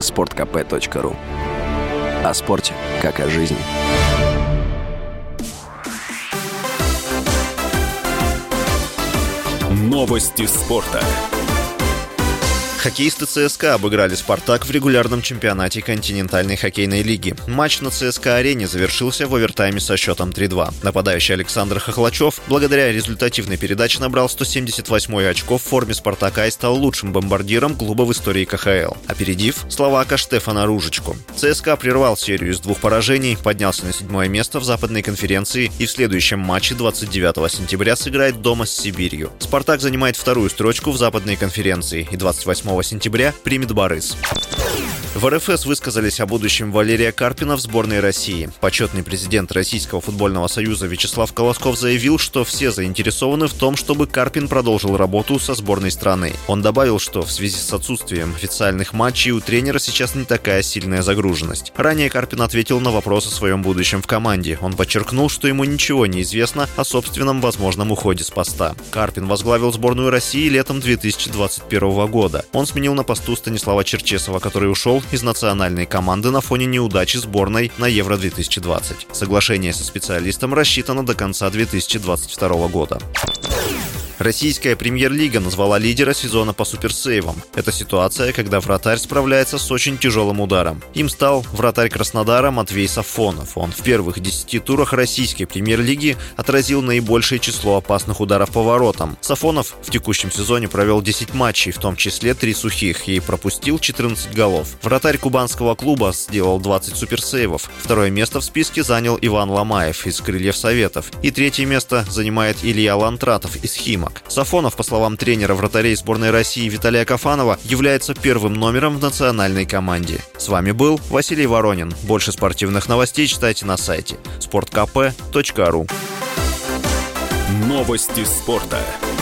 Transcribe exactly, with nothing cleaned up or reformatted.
спорт ка пэ точка ру. О спорте, как о жизни. Новости спорта. Хоккеисты ЦСКА обыграли «Спартак» в регулярном чемпионате континентальной хоккейной лиги. Матч на ЦСКА-арене завершился в овертайме со счетом три-два. Нападающий Александр Хохлачев благодаря результативной передаче набрал сто семьдесят восемь очков в форме «Спартака» и стал лучшим бомбардиром клуба в истории ка ха эл, опередив словака Штефана Ружичку. ЦСКА прервал серию из двух поражений, поднялся на седьмое место в западной конференции и в следующем матче двадцать девятого сентября сыграет дома с Сибирью. «Спартак» занимает вторую строчку в западной конференции и двадцать восьмого сентября примет Борис. В эр эф эс высказались о будущем Валерия Карпина в сборной России. Почетный президент Российского футбольного союза Вячеслав Колосков заявил, что все заинтересованы в том, чтобы Карпин продолжил работу со сборной страны. Он добавил, что в связи с отсутствием официальных матчей у тренера сейчас не такая сильная загруженность. Ранее Карпин ответил на вопрос о своем будущем в команде. Он подчеркнул, что ему ничего не известно о собственном возможном уходе с поста. Карпин возглавил сборную России летом две тысячи двадцать первого года. Он сменил на посту Станислава Черчесова, который ушел из национальной команды на фоне неудачи сборной на Евро две тысячи двадцать. Соглашение со специалистом рассчитано до конца две тысячи двадцать второго года. Российская премьер-лига назвала лидера сезона по суперсейвам. Это ситуация, когда вратарь справляется с очень тяжелым ударом. Им стал вратарь Краснодара Матвей Сафонов. Он в первых десяти турах российской премьер-лиги отразил наибольшее число опасных ударов по воротам. Сафонов в текущем сезоне провел десять матчей, в том числе три сухих, и пропустил четырнадцать голов. Вратарь кубанского клуба сделал двадцать суперсейвов. Второе место в списке занял Иван Ломаев из «Крыльев Советов». И третье место занимает Илья Лантратов из «Химок». Сафонов, по словам тренера вратарей сборной России Виталия Кафанова, является первым номером в национальной команде. С вами был Василий Воронин. Больше спортивных новостей читайте на сайте спорт ка пэ точка ру. Новости спорта.